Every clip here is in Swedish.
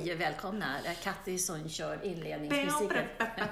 Hej, välkomna. Det är Katty som kör inledningsmusiken.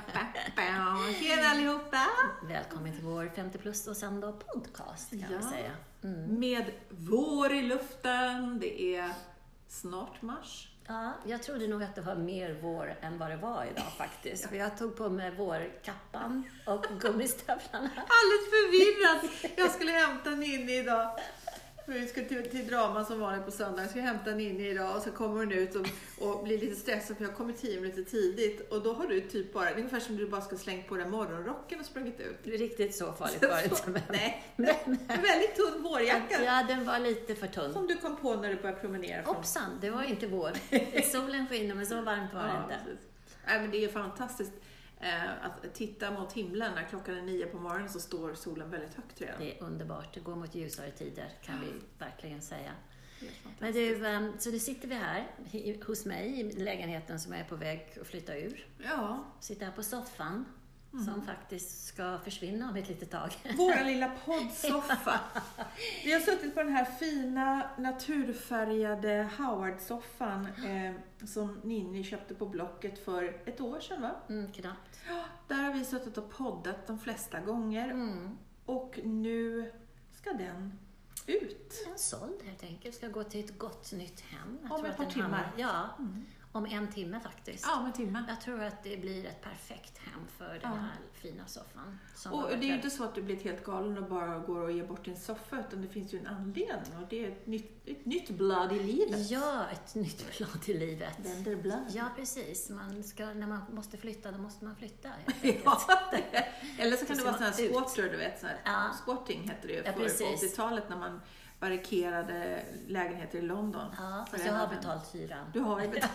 Tjena allihopa! Välkommen till vår 50 plus och sen då podcast kan vi säga. Med vår i luften, det är snart mars. Ja, jag trodde nog att det var mer vår än vad det var idag faktiskt. För jag tog på mig vårkappan och gummistövlarna. Alldeles förvirrad! Jag skulle hämta Ninni idag. Vi ska till drama som var på söndag. Jag ska hämta Ninni idag och så kommer hon ut och blir lite stressad för jag kommer 10 minuter tidigt. Och då har du typ bara, det är ungefär som du bara ska slängt på den morgonrocken och sprungit ut. Riktigt så farligt var det inte. Nej, en väldigt tunn vårjacka. Ja, den var lite för tunn. Som du kom på när du började promenera. Hoppsan, det var inte vår. Solen skiner men så varmt var det inte. Nej, men det är fantastiskt. Att titta mot himlen när klockan är 9 på morgonen så står solen väldigt högt redan. Det är underbart, det går mot ljusare tider kan vi verkligen säga. Men du, så nu sitter vi här hos mig i lägenheten som jag är på väg att flytta ur. Ja. Sitter här på soffan som faktiskt ska försvinna om ett litet tag. Våra lilla poddsoffa. Vi har suttit på den här fina naturfärgade Howard-soffan som Ninni köpte på Blocket för ett år sedan, va? Knappt. Ja, där har vi suttit och poddat de flesta gånger. Och nu ska den ut. Den såld helt enkelt. Ska gå till ett gott nytt hem. Om ett par timmar. Ja, om en timme faktiskt. Ja, om en timme. Jag tror att det blir ett perfekt hem för den här fina soffan. Och det är ju inte så att du blir helt galen och bara går och ger bort din soffa, utan det finns ju en anledning och det är ett nytt blad i livet. Ja, ett nytt blad i livet. Blad. Ja, precis. När man måste flytta, då måste man flytta. Ja, eller så kan det vara sån här squatter, du vet. Squatting hette det ju för 80-talet när man barrikerade lägenheter i London. Ja, fast jag har betalt hyran. Du har ju betalt.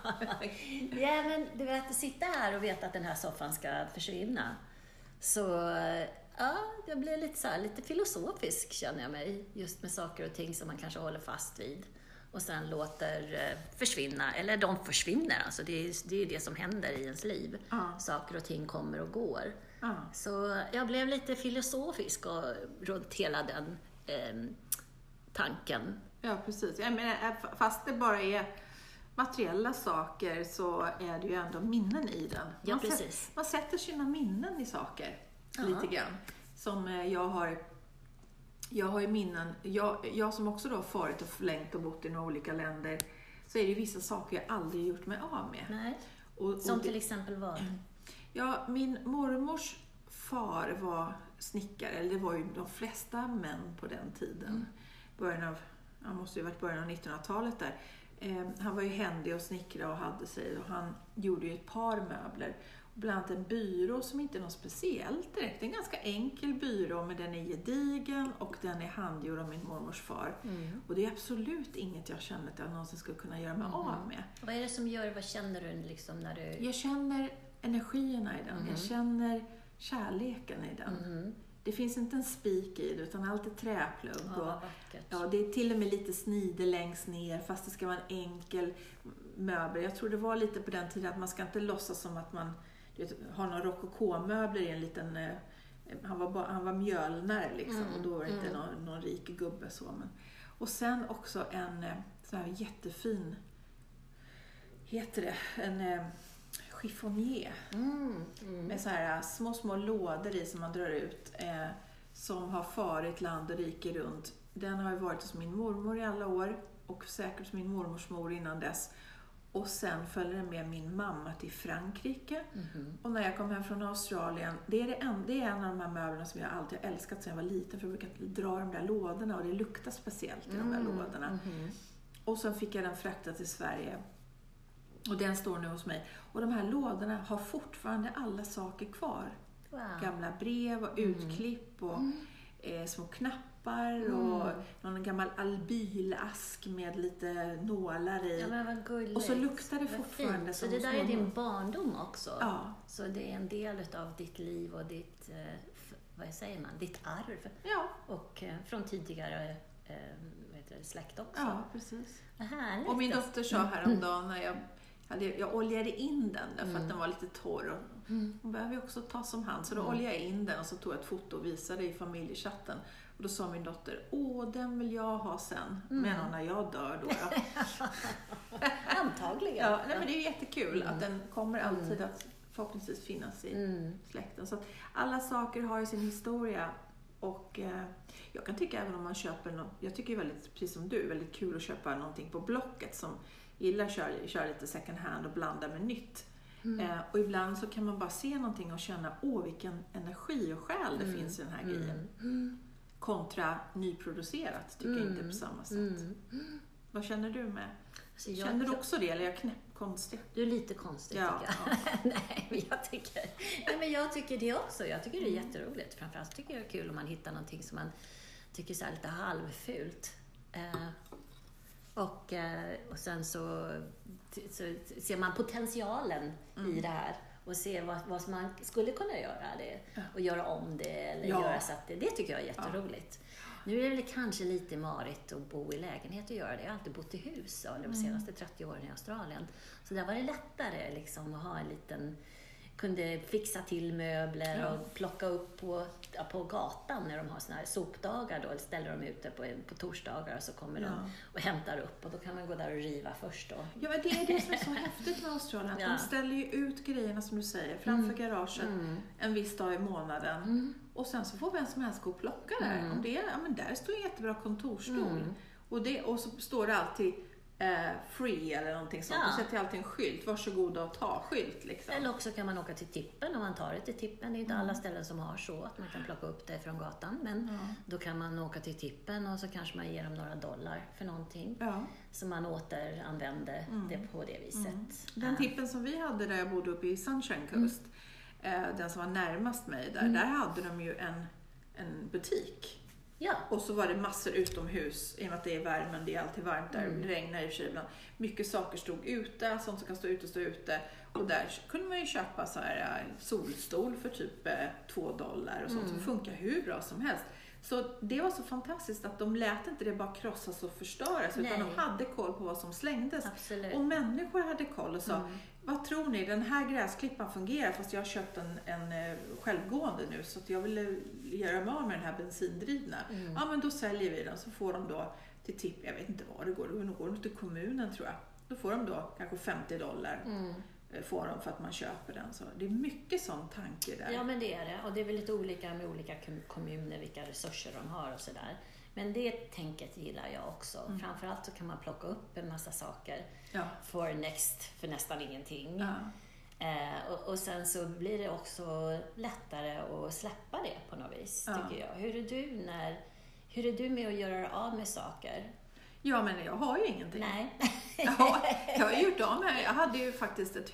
Ja, men du vet, att sitta här och veta att den här soffan ska försvinna. Så ja, jag blir lite filosofisk känner jag mig. Just med saker och ting som man kanske håller fast vid. Och sen låter försvinna. Eller de försvinner, alltså det är det som händer i ens liv. Saker och ting kommer och går. Så jag blev lite filosofisk runt hela den tanken. Ja, precis. Jag menar, fast det bara är materiella saker så är det ju ändå minnen i den. Ja, precis. Man sätter sina minnen i saker lite grann. Som jag har ju minnen, jag som också då har farit och förlängt och bott i några olika länder, så är det ju vissa saker jag aldrig gjort mig av med. Nej. Som till exempel vad? Ja, min mormors far var snickare, eller det var ju de flesta män på den tiden. Han måste ju varit början av 1900-talet där. Han var ju händig och snickra och hade sig, och han gjorde ju ett par möbler. Bland annat en byrå som inte är något speciellt direkt. En ganska enkel byrå, men den är gedigen och den är handgjord av min mormors far. Och det är absolut inget jag känner att jag någonsin skulle kunna göra mig av med. Vad är det som gör, vad känner du liksom när du... Jag känner energierna i den. Jag känner kärleken i den. Det finns inte en spik i det, utan allt är träplugg. Ja, det är till och med lite snide längst ner, fast det ska vara en enkel möbel. Jag tror det var lite på den tiden att man ska inte låtsas som att man har några rokoko-möbler i en liten... Han var mjölnare liksom, och då var det inte någon rik gubbe så. Men. Och sen också en sån här jättefin... Heter det? En... chiffonier med så här små lådor i som man drar ut som har farit land och rike runt. Den har ju varit hos min mormor i alla år och säkert hos min mormors mor innan dess. Och sen följde den med min mamma till Frankrike. Och när jag kom hem från Australien, det är en av de här möblerna som jag alltid har älskat sedan jag var liten, för jag brukar dra de där lådorna och det luktar speciellt i de där lådorna. Och sen fick jag den fraktad till Sverige. Och den står nu hos mig. Och de här lådorna har fortfarande alla saker kvar. Wow. Gamla brev och utklipp och små knappar och någon gammal albylask med lite nålar i. Ja, men vad gulligt. Och så luktar det fortfarande som så det där små. är din barndom också. Ja. Så det är en del av ditt liv och ditt, vad säger man, ditt arv. Ja. Och från tidigare släkt också. Ja, precis. Härligt. Och min dotter sa häromdagen när jag oljade in den därför att den var lite torr. Och hon behöver ju också ta som hand. Så då oljade jag in den och så tog jag ett foto och visade i familjechatten. Och då sa min dotter, den vill jag ha sen. Men när jag dör då. Antagligen. Ja, nej, men det är ju jättekul att den kommer alltid att förhoppningsvis finnas i släkten. Så att alla saker har ju sin historia. Och jag kan tycka även om man köper något, jag tycker ju väldigt, precis som du, väldigt kul att köpa någonting på Blocket som gillar att köra lite second hand och blanda med nytt. Och ibland så kan man bara se någonting och känna, vilken energi och själ det finns i den här grejen. Kontra nyproducerat tycker jag inte på samma sätt. Vad känner du med? Alltså känner du också det, eller är jag konstig? Du är lite konstig tycker jag. Nej, jag tycker det också. Jag tycker det är jätteroligt. Framförallt tycker jag det är kul om man hittar någonting som man tycker så här lite halvfult. Och sen så ser man potentialen i det här och ser vad man skulle kunna göra det och göra om det eller göra så att det tycker jag är jätteroligt. Nu är det väl kanske lite marigt att bo i lägenhet och göra det. Jag har alltid bott i hus de senaste 30 åren i Australien. Så där var det lättare liksom, att ha en liten... Kunde fixa till möbler och plocka upp på gatan när de har såna här sopdagar. Då ställer de ute på torsdagar och så kommer de och hämtar upp. Och då kan man gå där och riva först då. Ja, men det är det som är så häftigt med Australien. De ställer ju ut grejerna som du säger framför garaget en viss dag i månaden. Och sen så får vem som helst gå och plocka där. Om det är, men där står en jättebra kontorsstol. Och så står det alltid free eller någonting sånt. Då sätter jag alltid en skylt. Varsågod att ta skylt liksom. Eller också kan man åka till tippen om man tar det till tippen. Det är inte alla ställen som har så att man kan plocka upp det från gatan. Men då kan man åka till tippen och så kanske man ger dem några dollar för någonting. Ja. Så man återanvänder det på det viset. Den tippen som vi hade där jag bodde uppe i Sunshine Coast. Den som var närmast mig där hade de ju en butik. Ja. Och så var det massor utomhus, i och med att det är värmen, det är alltid varmt där, det regnar i och för sig ibland. Mycket saker stod ute, sånt som kan stå ute. Och där kunde man ju köpa så här solstol för typ $2 och sånt som funkar hur bra som helst. Så det var så fantastiskt att de lät inte det bara krossas och förstöras, utan de hade koll på vad som slängdes. Absolut. Och människor hade koll och sa, vad tror ni, den här gräsklippan fungerar fast jag har köpt en självgående nu så att jag vill göra mig av med den här bensindrivna. Ja, men då säljer vi den, så får de då till tipp, jag vet inte vad det går, det går till kommunen tror jag. Då får de då kanske $50 får de för att man köper den. Så det är mycket sån tanke där. Ja, men det är det. Och det är väl lite olika med olika kommuner, vilka resurser de har och sådär. Men det tänket gillar jag också. Framförallt så kan man plocka upp en massa saker för nästan ingenting. Och sen så blir det också lättare att släppa det på något vis, tycker jag. Hur är du med att göra av med saker? Ja, men jag har ju ingenting. Nej. Jag har gjort av med. Jag hade ju faktiskt ett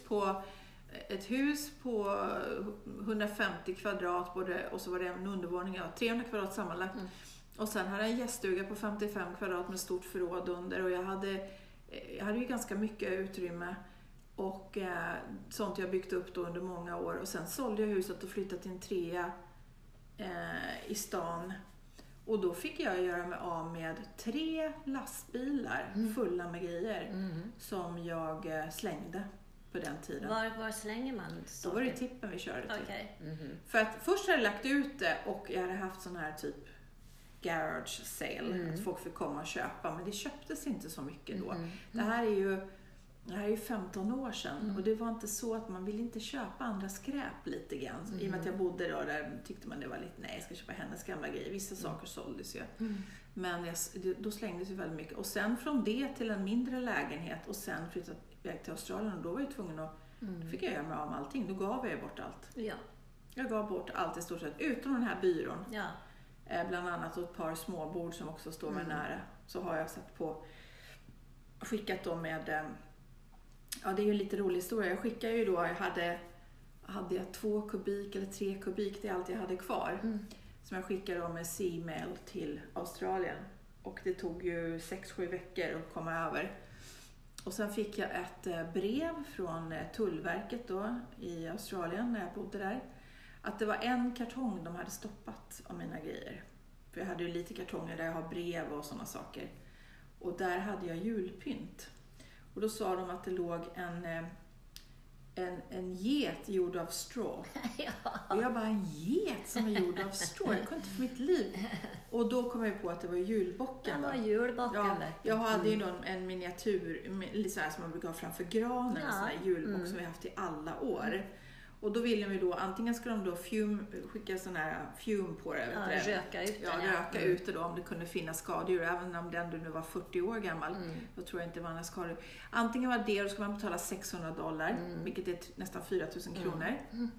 hus på 150 kvadrat och så var det en undervåning, 300 kvadrat sammanlagt. Och sen hade jag en gäststuga på 55 kvadrat med stort förråd under, och jag hade ju ganska mycket utrymme och sånt jag byggt upp då under många år. Och sen sålde jag huset och flyttade till en trea i stan. Och då fick jag göra mig av med 3 lastbilar fulla med grejer som jag slängde på den tiden. Var slänger man saker? Då var det tippen vi körde till. Okay. För att först hade jag lagt ut det och jag hade haft sån här typ garage sale. Att folk fick komma och köpa. Men det köptes inte så mycket då. Det här är ju 15 år sedan. Och det var inte så att man ville inte köpa andra skräp lite grann. I och med att jag bodde då där tyckte man det var lite, nej jag ska köpa hennes gamla grejer. Vissa saker såldes ju. Men då slängdes ju väldigt mycket. Och sen från det till en mindre lägenhet och sen flyttade jag till Australien. Och då var jag tvungen att, då fick jag göra mig av med allting. Då gav jag bort allt. Ja. Jag gav bort allt i stort sett, utom den här byrån. Ja. Bland annat ett par småbord som också står mig nära. Så har jag skickat då med, ja det är ju en lite rolig historia. Jag skickar ju då, hade jag 2 kubik eller 3 kubik, det är allt jag hade kvar. Som jag skickade då med Seamail till Australien. Och det tog ju 6-7 veckor att komma över. Och sen fick jag ett brev från Tullverket då i Australien när jag bodde där. Att det var en kartong de hade stoppat av mina grejer. För jag hade ju lite kartonger där jag har brev och sådana saker. Och där hade jag julpynt. Och då sa de att det låg en get gjord av straw. Och jag bara, en get som är gjord av straw? Jag kunde inte för mitt liv. Och då kom jag på att det var julbocken. Det var julbocken. Jag hade ju en miniatyr, lite så här som man brukar ha framför granen. En sån här julbock som vi har haft i alla år. Och då ville de ju antingen skulle de då skicka sån här fume på det. Röka ut det. Röka ut det då om det kunde finnas skadedjur. Även om den nu var 40 år gammal. Då tror jag inte det var några skadedjur. Antingen var det, då skulle man betala $600. Vilket är nästan 4 000 kronor.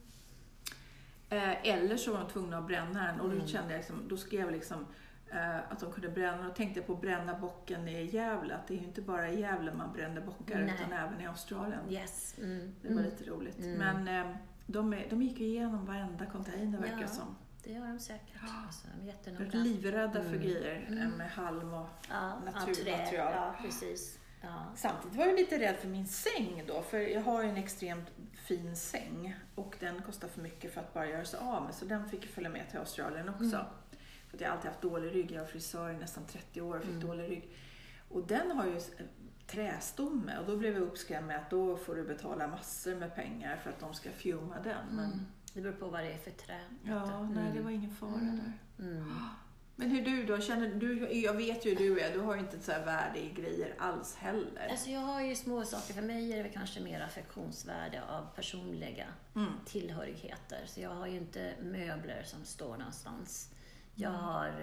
Eller så var de tvungna att bränna den. Och då kände jag då skrev jag liksom att de kunde bränna. Och tänkte på att bränna bocken i Gävle. Att det är ju inte bara i Gävle man bränner bockar. Utan även i Australien. Yes. Det var lite roligt. Men de gick ju igenom varenda container verkar som. Det gör de säkert. Alltså, de är jättenoga. De är livrädda för grejer med halm och naturmaterial. Ja, precis. Ja. Samtidigt var jag lite rädd för min säng då. För jag har ju en extremt fin säng. Och den kostar för mycket för att bara göra sig av med. Så den fick följa med till Australien också. För att jag har alltid haft dålig rygg. Jag var frisör i nästan 30 år och fick dålig rygg. Och den har ju trästomme. Och då blev jag uppskrämd med att då får du betala massor med pengar för att de ska fjumma den. Men det beror på vad det är för trä. Nej, det var ingen fara där. Men hur du då? Känner du, jag vet ju hur du är. Du har ju inte så här värde i grejer alls heller. Alltså jag har ju små saker. För mig är det kanske mer affektionsvärde av personliga tillhörigheter. Så jag har ju inte möbler som står någonstans. Jag har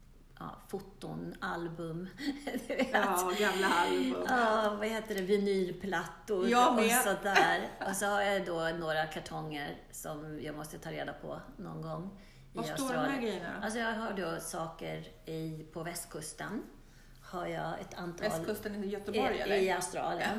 foton, album. Gamla album. Vad heter det? Vinylplattor och sådär. Och så har jag då några kartonger som jag måste ta reda på någon gång. Vad står de här grejerna? Alltså jag har då saker på västkusten. Har jag ett antal... Västkusten i Göteborg eller? I Australien,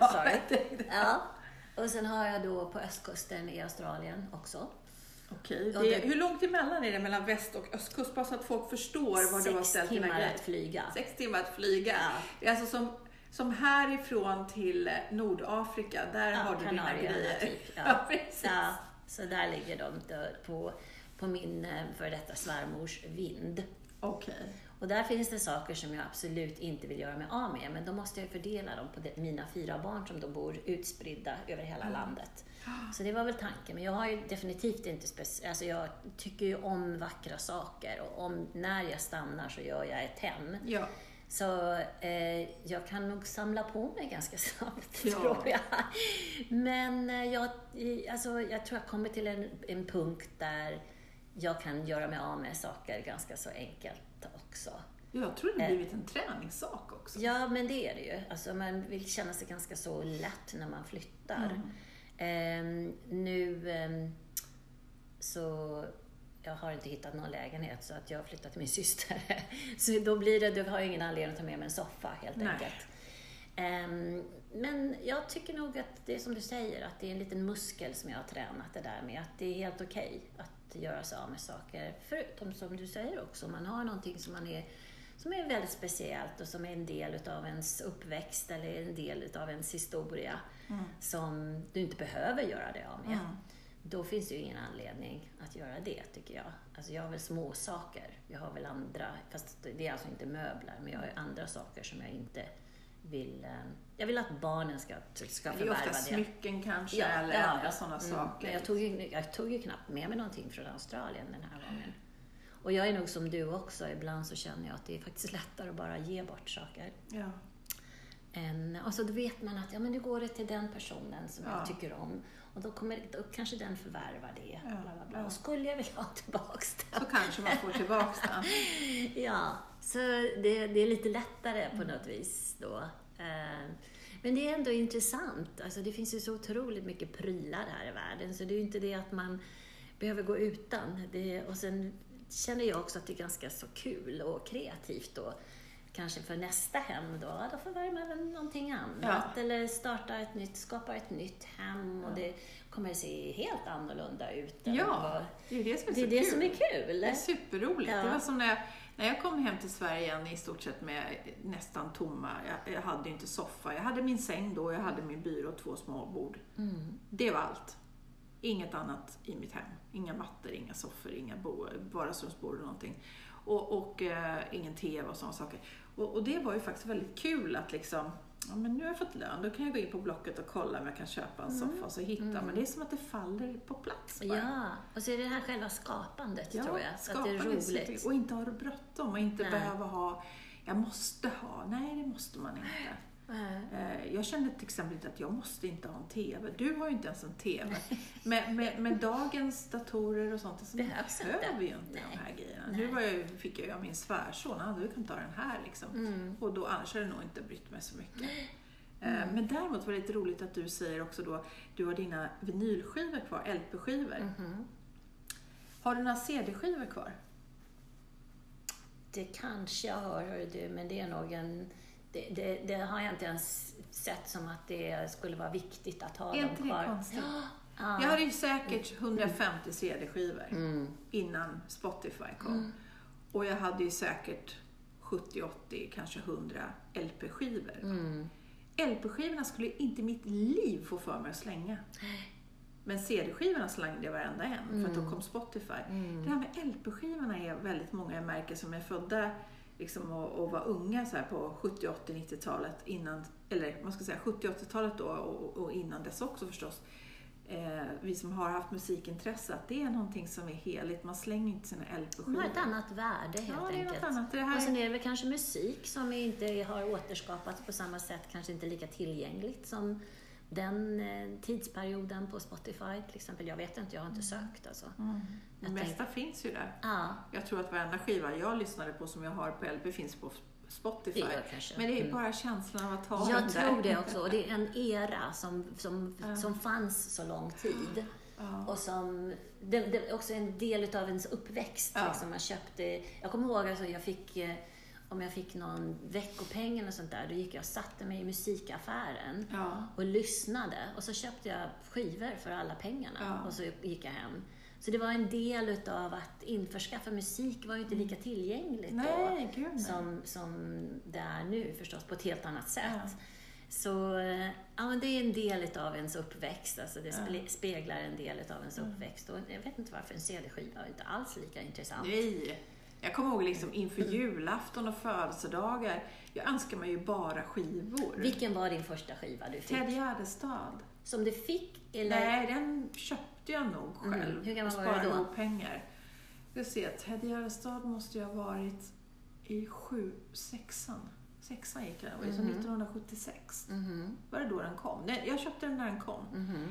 Och sen har jag då på östkusten i Australien också. Okej. Hur långt emellan är det mellan väst- och östkust? Bara så att folk förstår var du har ställt dina grejer. 6 timmar att flyga. Ja. Det är alltså som härifrån till Nordafrika. Där har du dina grejer. Typ. Precis. Så där ligger de på min för detta svärmors vind. Okej. Och där finns det saker som jag absolut inte vill göra mig av med. Men då måste jag fördela dem på mina 4 barn som då bor utspridda över hela landet. Så det var väl tanken. Men jag har ju definitivt inte alltså jag tycker ju om vackra saker. Och när jag stannar så gör jag ett hem. Ja. Så jag kan nog samla på mig ganska snabbt, tror jag. Men jag tror jag kommer till en punkt där jag kan göra mig av med saker ganska så enkelt också. Jag tror det har blivit en träningssak också. Ja, men det är det ju. Alltså, man vill känna sig ganska så lätt när man flyttar. Så jag har inte hittat någon lägenhet så att jag har flyttat till min syster. Så då har jag ingen anledning att ta med mig en soffa helt enkelt. Men jag tycker nog att det är som du säger, att det är en liten muskel som jag har tränat det där med. Att det är helt okej att göra sig av med saker. Förutom som du säger också, man har någonting som är väldigt speciellt och som är en del av ens uppväxt eller en del av ens historia som du inte behöver göra det av med. Då finns det ju ingen anledning att göra det, tycker jag. Alltså jag har väl små saker. Jag har väl andra, fast det är alltså inte möbler, men jag har andra saker som jag inte vill. Jag vill att barnen ska förvärva det. Det är ofta smycken kanske, eller andra sådana saker. Men jag tog ju knappt med mig någonting från Australien den här gången. Och jag är nog som du också. Ibland så känner jag att det är faktiskt lättare att bara ge bort saker. Ja. Och så då vet man att men nu går det till den personen som jag tycker om. Och då kanske den förvärvar det. Bla, bla. Och skulle jag vilja ha tillbaks den. Så kanske man får tillbaks den. Ja, så det är lite lättare på något vis då. Men det är ändå intressant. Alltså det finns ju så otroligt mycket prylar här i världen. Så det är ju inte det att man behöver gå utan. Och sen känner jag också att det är ganska så kul och kreativt då. Kanske för nästa hem då förvärvar man någonting annat. Eller skapar ett nytt hem och det kommer att se helt annorlunda ut. Ja, det är det som är så kul. Det är det som är kul. Det är superroligt. Ja. Det var som när jag kom hem till Sverige igen i stort sett med nästan tomma. Jag hade inte soffa. Jag hade min säng då, jag hade min byrå och 2 små bord. Det var allt. Inget annat i mitt hem. Inga mattor, inga soffor, inga vardagsrumsbord eller någonting. Och ingen tv och sådana saker. Och det var ju faktiskt väldigt kul att liksom ja, men nu har jag fått lön, då kan jag gå in på Blocket och kolla om jag kan köpa en soffa och så hitta. Men det är som att det faller på plats bara. Ja, och så är det här själva skapandet, tror jag. Att det är roligt. Och inte ha det bråttom och inte behöva ha, jag måste ha. Nej, det måste man inte. Jag kände till exempel att jag måste inte ha en TV. Du har ju inte ens en TV. Med dagens datorer och sånt så behöver vi ju inte de här grejerna. Nu fick jag ju min svärson, du kan ta den här liksom. Och då annars hade jag nog inte brytt mig så mycket. Men däremot var det lite roligt att du säger också då, du har dina vinylskivor kvar, LP-skivor. Har du några CD-skivor kvar? Det kanske jag har, hör du, men det är nog en... Det har jag inte ens sett som att det skulle vara viktigt att ha dem kvar. Är inte det konstigt? Jag hade ju säkert 150 CD-skivor innan Spotify kom. Och jag hade ju säkert 70, 80, kanske 100 LP-skivor. LP-skivorna skulle inte i mitt liv få för mig att slänga. Men CD-skivorna slängde jag varenda en, för att då kom Spotify. Det här med LP-skivorna är väldigt många jag märker som är födda liksom, och var unga så här på 70, 80, 90-talet innan, eller man ska säga 70, 80-talet då och innan dess också förstås. Vi som har haft musikintresse, att det är någonting som är heligt. Man slänger inte sina LP-skivor. Det har ett annat värde helt enkelt. Annat. Och sen är det väl kanske musik som inte har återskapats på samma sätt, kanske inte lika tillgängligt som den tidsperioden på Spotify till exempel. Jag vet inte, jag har inte sökt alltså. Det mesta finns ju där. Ja. Jag tror att varenda skiva jag lyssnade på som jag har på LP finns på Spotify. Men det är bara känslan av att ha den där. Jag tror det också. Och det är en era som fanns så lång tid. Och som det är också en del av ens uppväxt. Liksom. Man köpte, jag kommer ihåg alltså, om jag fick någon veckopeng eller sånt där, då gick jag och satte mig i musikaffären och lyssnade. Och så köpte jag skivor för alla pengarna och så gick jag hem. Så det var en del av att införskaffa musik var ju inte lika tillgängligt då som det är nu förstås, på ett helt annat sätt. Så men det är en del av ens uppväxt, alltså det speglar en del av ens uppväxt. Och jag vet inte varför en CD-skiva är inte alls lika intressant. Nej. Jag kommer ihåg liksom inför julafton och födelsedagar. Jag önskar mig ju bara skivor. Vilken var din första skiva du fick? Ted Gärdestad. Som du fick? Eller? Nej, den köpte jag nog själv. Hur gammal var du då? Pengar. Jag ser, Ted Gärdestad måste jag ha varit i 6an gick jag. Det var 1976. Var det då den kom? Jag köpte den när den kom.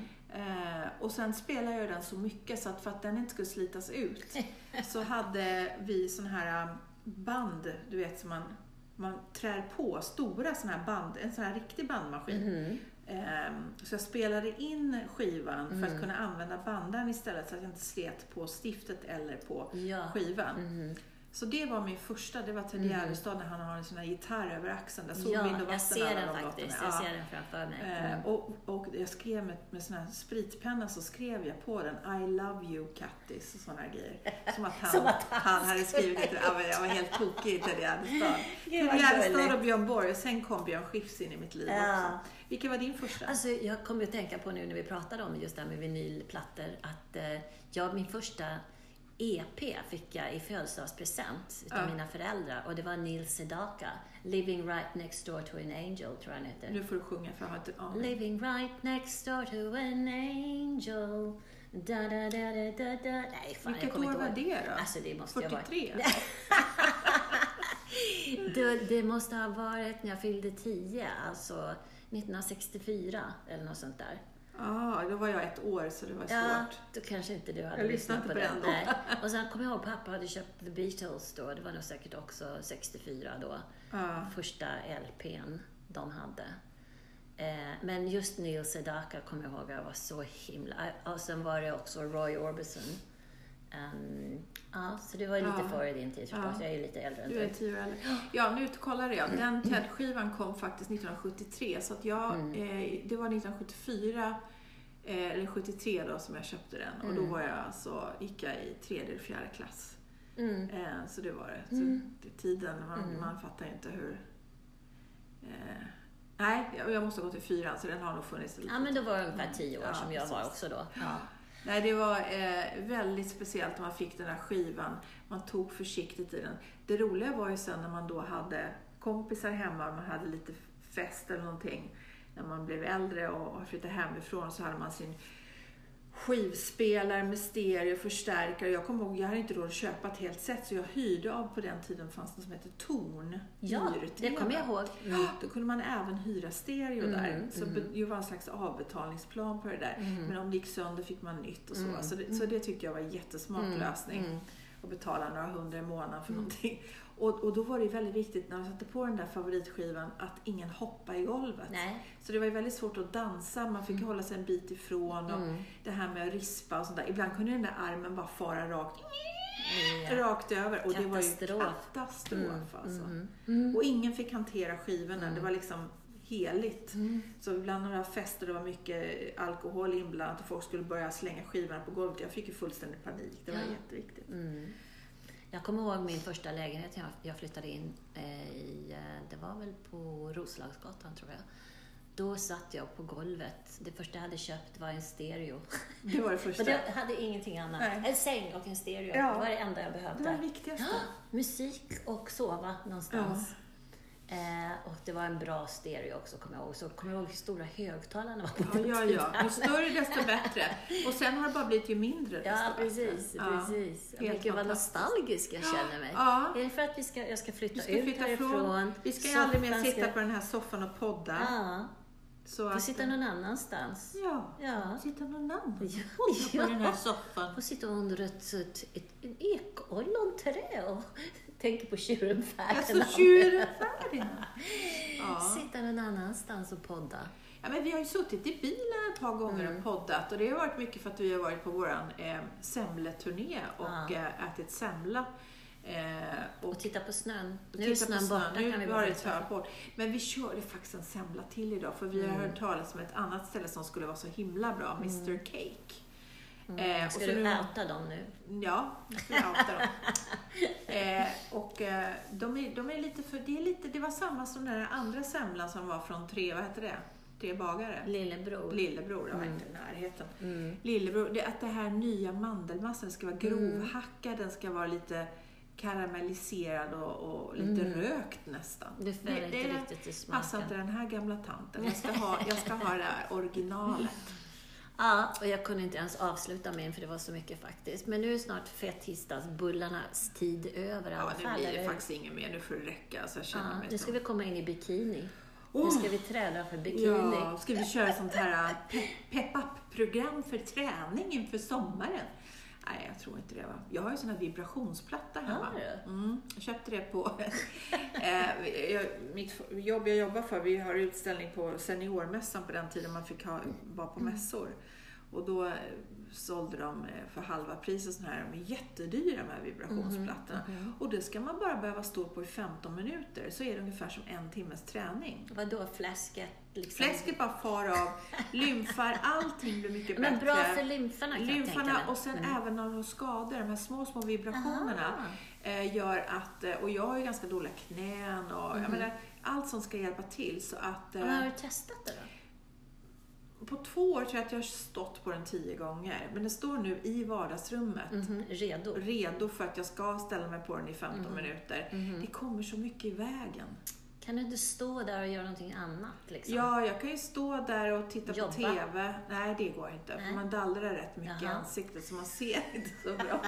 Och sen spelade jag den så mycket så att för att den inte skulle slitas ut så hade vi sån här band, du vet, som man trär på stora sån här band, en sån här riktig bandmaskin. Så jag spelade in skivan för att kunna använda banden istället så att jag inte slet på stiftet eller på skivan. Så det var min första, det var Ted Gärdestad när han har en sån här gitarr över axeln. Där jag ser den faktiskt, jag ser den framför mig. Och jag skrev med sån här spritpenna så skrev jag på den I love you Kattis och såna här grejer. Som att han hade skrivit det. Jag var helt tokig i Ted Gärdestad. Ted Gärdestad och Björn Borg och sen kom Björn Skifs in i mitt liv också. Vilken var din första? Alltså, jag kommer att tänka på nu när vi pratade om just det här med vinylplattor att min första EP fick jag i födelsedagspresent av mina föräldrar och det var Neil Sedaka, Living Right Next Door to an Angel, tror jag han heter. Nu får du sjunga för jag har inte en aning. Living right next door to an angel. Da, da, da, da, da, da. Nej, fan, vilket år var det då? Alltså, det måste 43? Det måste ha varit när jag fyllde 10, alltså 1964 eller något sånt där. Då var jag 1 år så det var svårt. Ja, då kanske inte du hade lyssnat på den. Nej. Och sen kommer jag ihåg pappa hade köpt The Beatles då. Det var nog säkert också 64 då. Första LPn de hade. Men just Neil Sedaka kommer jag ihåg, jag var så himla... Och sen var det också Roy Orbison. Så det var lite före din tid förstås. Jag är ju lite äldre än du. Du är 10 år äldre. Ja, nu kollade jag. Den Ted-skivan kom faktiskt 1973. Så att det var 1974 eller 73 då som jag köpte den. Och då var jag gick jag i 3:e eller 4:e klass. Så det var det. Så det tiden, man fattar inte hur... Nej, jag måste gå till 4 så den har nog funnits lite. Ja, men då var det ungefär 10 år som jag var också då. Ja. Nej, det var väldigt speciellt när man fick den här skivan. Man tog försiktigt i den. Det roliga var ju sen när man då hade kompisar hemma och man hade lite fest eller någonting. När man blev äldre och flyttade hemifrån så hade man sin skivspelare med stereo, förstärkare. Jag kommer ihåg, jag hade inte råd att köpa ett helt set så jag hyrde av, på den tiden fanns det som heter Torn. Ja, det kommer jag ihåg. Mm. Då kunde man även hyra stereo där. Så det var en slags avbetalningsplan på det där. Men om det gick sönder fick man nytt och så. Så det tyckte jag var en jättesmart lösning. Och betala några 100 i månaden för någonting. Och då var det väldigt viktigt när man satte på den där favoritskivan att ingen hoppade i golvet. Nej. Så det var ju väldigt svårt att dansa. Man fick hålla sig en bit ifrån. Och det här med att rispa och sånt där. Ibland kunde den där armen bara fara rakt över. Och det var ju katastrof. Alltså. Och ingen fick hantera skivorna. Det var liksom heligt. Så ibland när det var fester det var mycket alkohol inblandat och folk skulle börja slänga skivorna på golvet. Jag fick ju fullständig panik. Det var jätteviktigt. Jag kommer ihåg min första lägenhet jag flyttade in i, det var väl på Roslagsgatan tror jag. Då satt jag på golvet. Det första jag hade köpt var en stereo. Det var det första. Och jag hade ingenting annat. Nej. En säng och en stereo. Ja. Det var det enda jag behövde. Det var det viktigaste. Musik och sova någonstans. Och det var en bra stereo också, kommer jag ihåg. Så kommer jag ihåg hur stora högtalarna var på den tiden. Ja. Ju större desto bättre. Och sen har det bara blivit ju mindre desto bättre. Precis. Gud vad nostalgisk jag känner mig. Ja. Är det för att jag ska flytta ut härifrån? Vi ska ju aldrig mer sitta på den här soffan och podda. Ja. Får sitta någon annanstans. Ja. Sitta någon annanstans. På den här soffan. Får sitta under ett ekollonträ och tänker på tjurenfärderna. Alltså tjurenfärderna. Sitta någon annanstans och podda. Ja, men vi har ju suttit i bilen ett par gånger och poddat. Och det har varit mycket för att vi har varit på våran semleturné och ätit semla. Och titta på snön. Nu är snön borta, kan vi bara ta. Men vi körde faktiskt en semla till idag. För vi har hört talas om ett annat ställe som skulle vara så himla bra. Mr. Cake. Ska du outa dem nu? Ja, jag ska outa dem. Och de är lite för... Det var samma som den andra semlan som var från tre bagare. Lillebror, jag var inte i närheten. Lillebror, att det här nya mandelmassan ska vara grovhackad, den ska vara lite karamelliserad och lite rökt nästan. Det inte riktigt i smaken. Passar inte den här gamla tanten. Jag ska ha det här originalet. Ja, och jag kunde inte ens avsluta min för det var så mycket faktiskt. Men nu är snart fettisdagsbullarnas tid över i alla fall. Ja, nu blir det faktiskt inget mer. Nu får det räcka. Så jag känner mig nu ska vi komma in i bikini. Nu ska vi träna för bikini. Ja, ska vi köra sånt här pep-up-program för träning inför sommaren? Nej, jag tror inte det. Jag har ju sån här vibrationsplatta hemma. Jag köpte det på mitt jobb jag jobbar för. Vi har utställning på seniormässan på den tiden man fick vara på mässor. Och då sålde de för halva pris och sån här. De är jättedyra med vibrationsplattorna. Och det ska man bara behöva stå på i 15 minuter. Så är det ungefär som 1 timmes träning. Vadå fläsket? Liksom. Fläsket bara far av, lymfar, allting blir mycket bättre. Men bra för lymfarna kan jag tänka mig. Och sen även när de har skador, de här små vibrationerna gör att, och jag har ju ganska dåliga knän och jag menar, allt som ska hjälpa till så att... Men har du testat det då? På 2 år tror jag att jag har stått på den 10 gånger. Men det står nu i vardagsrummet. Redo för att jag ska ställa mig på den i 15 minuter. Det kommer så mycket i vägen. Kan du inte stå där och göra någonting annat? Liksom? Ja, jag kan ju stå där och titta på TV. Nej, det går inte. För man dallrar rätt mycket i ansiktet så man ser inte så bra.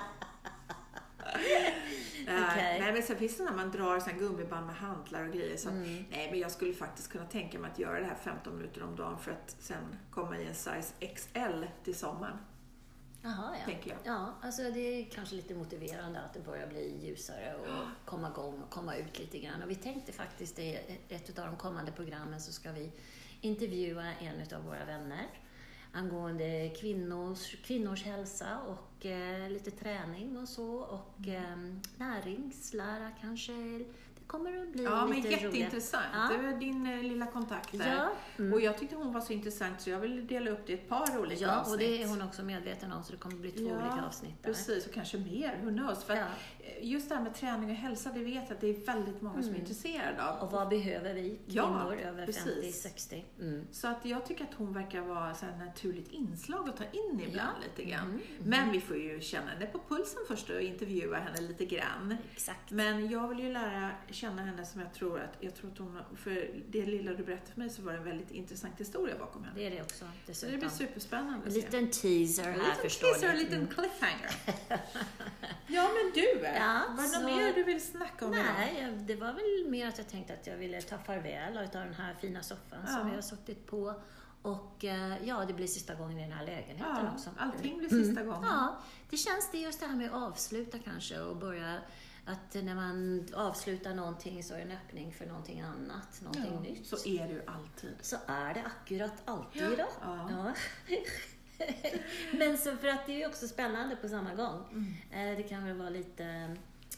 Nej, men sen finns det när man drar sån gummiband med hantlar och grejer. Så nej, men jag skulle faktiskt kunna tänka mig att göra det här 15 minuter om dagen för att sen komma i en size XL till sommaren. Jaha, ja. Tänker jag. Ja, alltså det är kanske lite motiverande att det börjar bli ljusare och komma igång och komma ut lite grann. Och vi tänkte faktiskt i ett av de kommande programmen så ska vi intervjua en av våra vänner angående kvinnors hälsa och lite träning och så och näringslära kanske. Det kommer att bli lite roligt. Ja, men jätteintressant. Ja. Det var din lilla kontakt där. Ja. Och jag tyckte hon var så intressant så jag vill dela upp det i ett par olika avsnitt. Ja, och det är hon också medveten om så det kommer att bli 2 olika avsnitt. Precis, och kanske mer. Who knows? För just det här med träning och hälsa, det vet jag att det är väldigt många som är intresserade av. Och vad behöver vi kvinnor över 50-60? Så att jag tycker att hon verkar vara ett naturligt inslag att ta in ibland lite grann. Men vi får ju känna henne på pulsen först och intervjua henne lite grann. Exakt. Men jag vill ju lära känna henne som jag tror att hon, för det lilla du berättade för mig så var det en väldigt intressant historia bakom henne. Det är det också. Så det blir superspännande. En liten teaser här, förstår du. En liten cliffhanger. Ja, men du, var det något mer du vill snacka om? Nej, det var väl mer att jag tänkte att jag ville ta farväl av den här fina soffan som vi har suttit på. Och det blir sista gången i den här lägenheten också. Allting blir sista gången. Ja, det känns det just det här med att avsluta kanske och börja, att när man avslutar någonting så är det en öppning för någonting annat, någonting nytt. Så är det ju alltid. Så är det akkurat alltid då. Ja. Men så för att det är ju också spännande på samma gång. Det kan väl vara lite,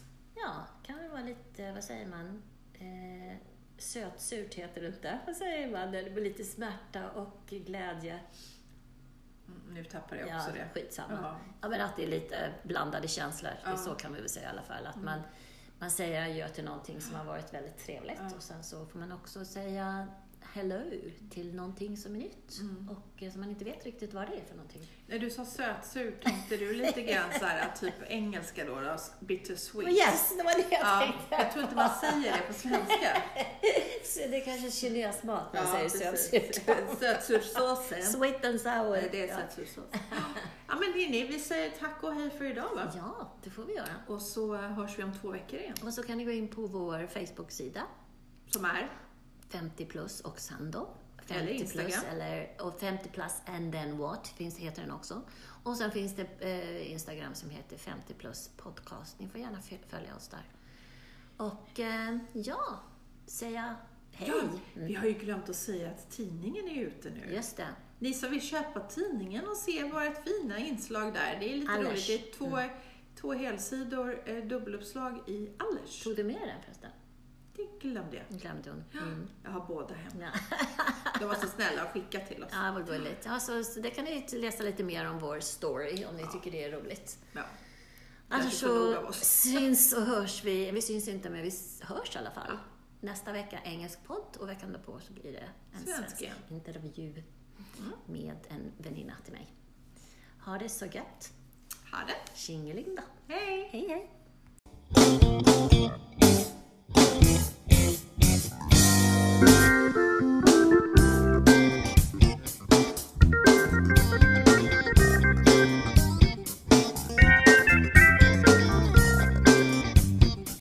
vad säger man? Sötsurt heter det inte. Vad säger man? Eller lite smärta och glädje. Nu tappar jag också det. Skitsamma. Ja, men att det är lite blandade känslor. Det så kan vi väl säga i alla fall. Att man säger adjö till någonting som har varit väldigt trevligt. Och sen så får man också säga hello till någonting som är nytt. Och som man inte vet riktigt vad det är för någonting. När du sa sötsurt, tänkte du lite grann så här, typ engelska då, bittersweet. Yes, det var det jag tänkte. Jag tror inte man säger det på svenska. Så det är kanske kinesmat man säger sötsurt. Sötsurssåsen. Sweet and sour. Det är sötsurssås. Ja, men vi säger tack och hej för idag, va? Ja, det får vi göra. Och så hörs vi om 2 veckor igen. Och så kan ni gå in på vår Facebook-sida. Som är? 50 plus och sen då. 50 eller Instagram. Plus och 50 plus and then what heter den också. Och sen finns det Instagram som heter 50 plus podcast. Ni får gärna följa oss där. Och säga hej. Ja, vi har ju glömt att säga att tidningen är ute nu. Just det. Ni som vill köpa tidningen och se vårt fina inslag där. Det är lite roligt. Det är 2 helsidor dubbeluppslag i Allers. Tog du med den förresten? Det glömde jag. Glömde hon. Jag har båda hem. Ja. De var så snälla att skicka till oss. Ja, vad gulligt. Ja, så det kan ni läsa lite mer om vår story om ni tycker det är roligt. Ja. Annars så syns och hörs vi. Vi syns inte, men vi hörs i alla fall. Nästa vecka engelsk podd och veckan därpå så blir det en svensk intervju med en väninna till mig. Ha det så gött. Ha det. Tjingeling då. Hej. Hej, hej.